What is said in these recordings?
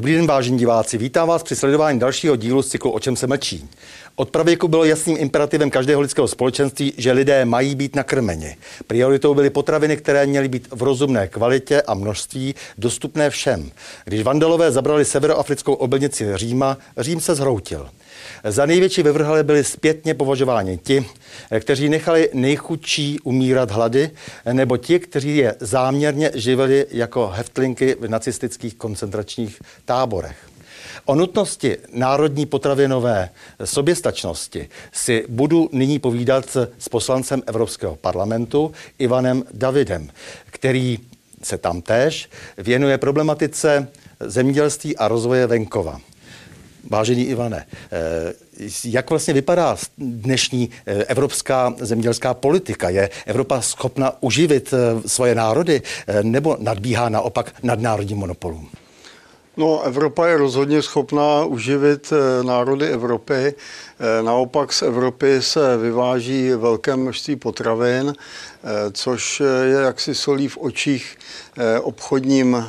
Dobrý den, vážení diváci. Vítám vás při sledování dalšího dílu z cyklu O čem se mlčí. Od pravěku bylo jasným imperativem každého lidského společenství, že lidé mají být nakrmeni. Prioritou byly potraviny, které měly být v rozumné kvalitě a množství dostupné všem. Když Vandalové zabrali severoafrickou obilnici Říma, Řím se zhroutil. Za největší vyvrhale byli zpětně považováni ti, kteří nechali nejchudší umírat hlady, nebo ti, kteří je záměrně živili jako heftlinky v nacistických koncentračních táborech. O nutnosti národní potravinové soběstačnosti si budu nyní povídat s poslancem Evropského parlamentu Ivanem Davidem, který se tam též věnuje problematice zemědělství a rozvoje venkova. Vážený Ivane, jak vlastně vypadá dnešní evropská zemědělská politika? Je Evropa schopna uživit svoje národy nebo nadbíhá naopak nadnárodním monopolům? No, Evropa je rozhodně schopná uživit národy Evropy. Naopak z Evropy se vyváží velké množství potravin, což je jaksi solí v očích obchodním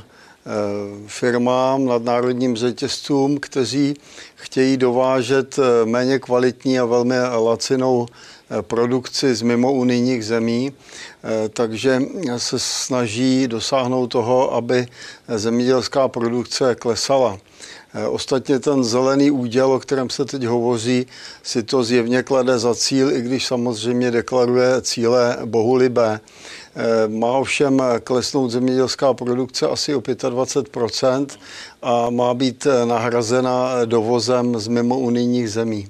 firmám, nadnárodním řetězcům, kteří chtějí dovážet méně kvalitní a velmi lacinou produkci z mimounijních zemí, takže se snaží dosáhnout toho, aby zemědělská produkce klesala. Ostatně ten zelený úděl, o kterém se teď hovoří, si to zjevně klade za cíl, i když samozřejmě deklaruje cíle bohulibé. Má ovšem klesnout zemědělská produkce asi o 25% a má být nahrazena dovozem z mimounijních zemí.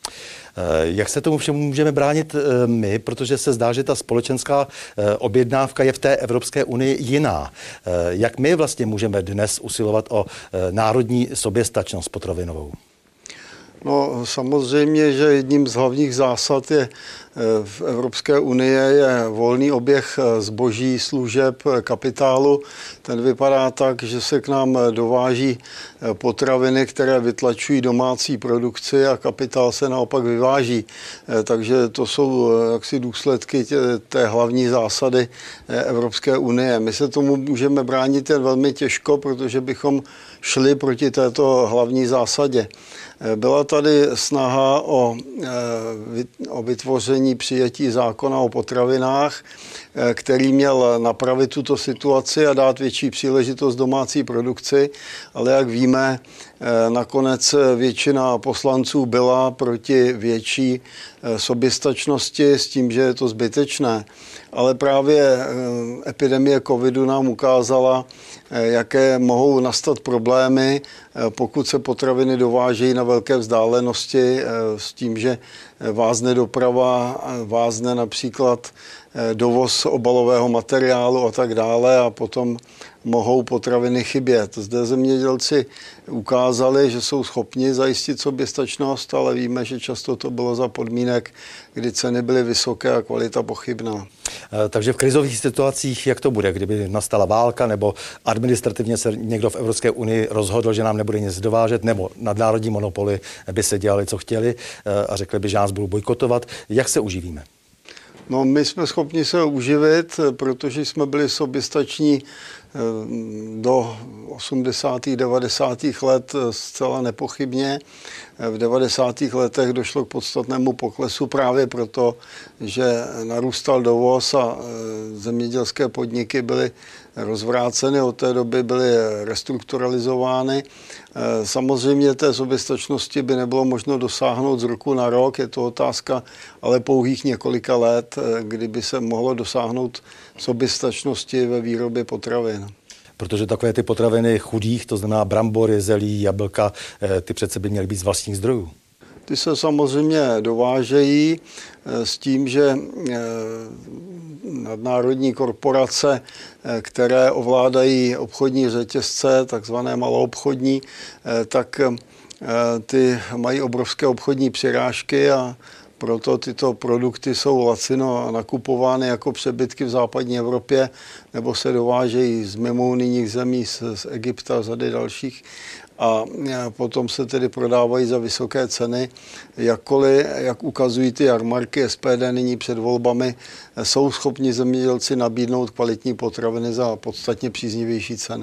Jak se tomu všemu můžeme bránit my, protože se zdá, že ta společenská objednávka je v té Evropské unii jiná. Jak my vlastně můžeme dnes usilovat o národní soběstačnost potravinovou? No, samozřejmě, že jedním z hlavních zásad je v Evropské unii je volný oběh zboží, služeb, kapitálu. Ten vypadá tak, že se k nám dováží potraviny, které vytlačují domácí produkci a kapitál se naopak vyváží. Takže to jsou jaksi důsledky té hlavní zásady Evropské unie. My se tomu můžeme bránit jen velmi těžko, protože bychom šli proti této hlavní zásadě. Byla tady snaha o vytvoření přijetí zákona o potravinách, který měl napravit tuto situaci a dát větší příležitost domácí produkci, ale jak víme, nakonec většina poslanců byla proti větší soběstačnosti s tím, že je to zbytečné. Ale právě epidemie covidu nám ukázala, jaké mohou nastat problémy, pokud se potraviny dovážejí na velké vzdálenosti s tím, že vázne doprava, vázne například dovoz obalového materiálu a tak dále a potom mohou potraviny chybět. Zde zemědělci ukázali, že jsou schopni zajistit soběstačnost, ale víme, že často to bylo za podmínek, kdy ceny byly vysoké a kvalita pochybná. Takže v krizových situacích, jak to bude, kdyby nastala válka nebo administrativně se někdo v Evropské unii rozhodl, že nám nebude nic dovážet, nebo nadnárodní monopoly by se dělali, co chtěli a řekli by, že nás budou bojkotovat, jak se uživíme? No, my jsme schopni se uživit, protože jsme byli soběstační do 80. 90. let zcela nepochybně. V 90. letech došlo k podstatnému poklesu právě proto, že narůstal dovoz a zemědělské podniky byly rozvráceny, od té doby byly restrukturalizovány. Samozřejmě té soběstačnosti by nebylo možno dosáhnout z roku na rok, je to otázka ale pouhých několika let, kdyby se mohlo dosáhnout soběstačnosti ve výrobě potravin. Protože takové ty potraviny chudých, to znamená brambory, zelí, jablka, ty přece by měly být z vlastních zdrojů. Ty se samozřejmě dovážejí s tím, že nadnárodní korporace, které ovládají obchodní řetězce, takzvané maloobchodní, tak ty mají obrovské obchodní přirážky a proto tyto produkty jsou lacino nakupovány jako přebytky v západní Evropě nebo se dovážejí z mimounijních zemí, z Egypta, řady dalších a potom se tedy prodávají za vysoké ceny. Jakkoliv, jak ukazují ty jarmarky SPD nyní před volbami, jsou schopni zemědělci nabídnout kvalitní potraviny za podstatně příznivější ceny.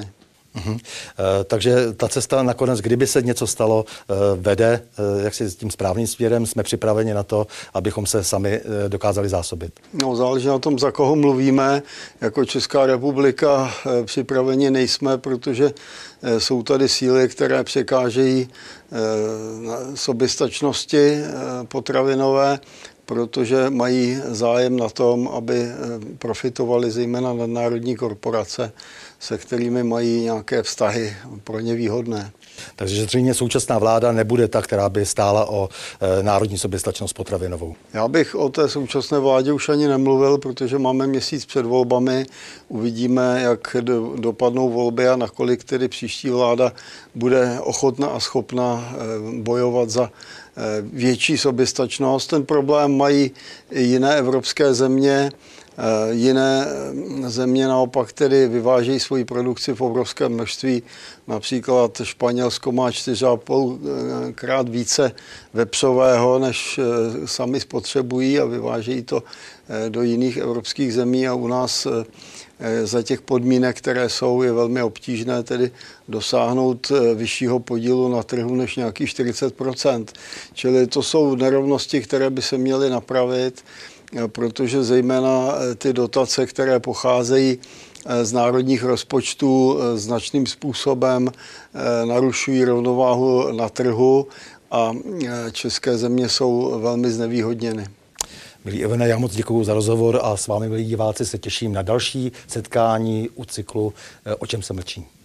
Takže ta cesta nakonec, kdyby se něco stalo, vede jaksi s tím správným směrem. Jsme připraveni na to, abychom se sami dokázali zásobit. No, záleží na tom, za koho mluvíme. Jako Česká republika připraveni nejsme, protože jsou tady síly, které překážejí soběstačnosti potravinové, protože mají zájem na tom, aby profitovali zejména nadnárodní korporace, se kterými mají nějaké vztahy pro ně výhodné. Takže zřejmě současná vláda nebude ta, která by stála o národní soběstačnost potravinovou. Já bych o té současné vládě už ani nemluvil, protože máme měsíc před volbami. Uvidíme, jak dopadnou volby a nakolik tedy příští vláda bude ochotna a schopna bojovat za větší soběstačnost. Ten problém mají i jiné evropské země. Jiné země naopak tedy vyvážejí svoji produkci v obrovském množství. Například Španělsko má 4,5krát více vepřového, než sami spotřebují, a vyvážejí to do jiných evropských zemí, a u nás za těch podmínek, které jsou, je velmi obtížné tedy dosáhnout vyššího podílu na trhu než nějakých 40%. Čili to jsou nerovnosti, které by se měly napravit, protože zejména ty dotace, které pocházejí z národních rozpočtů, značným způsobem narušují rovnováhu na trhu a české země jsou velmi znevýhodněny. Milí Ivane, já moc děkuju za rozhovor a s vámi, milí diváci, se těším na další setkání u cyklu O čem se mlčí.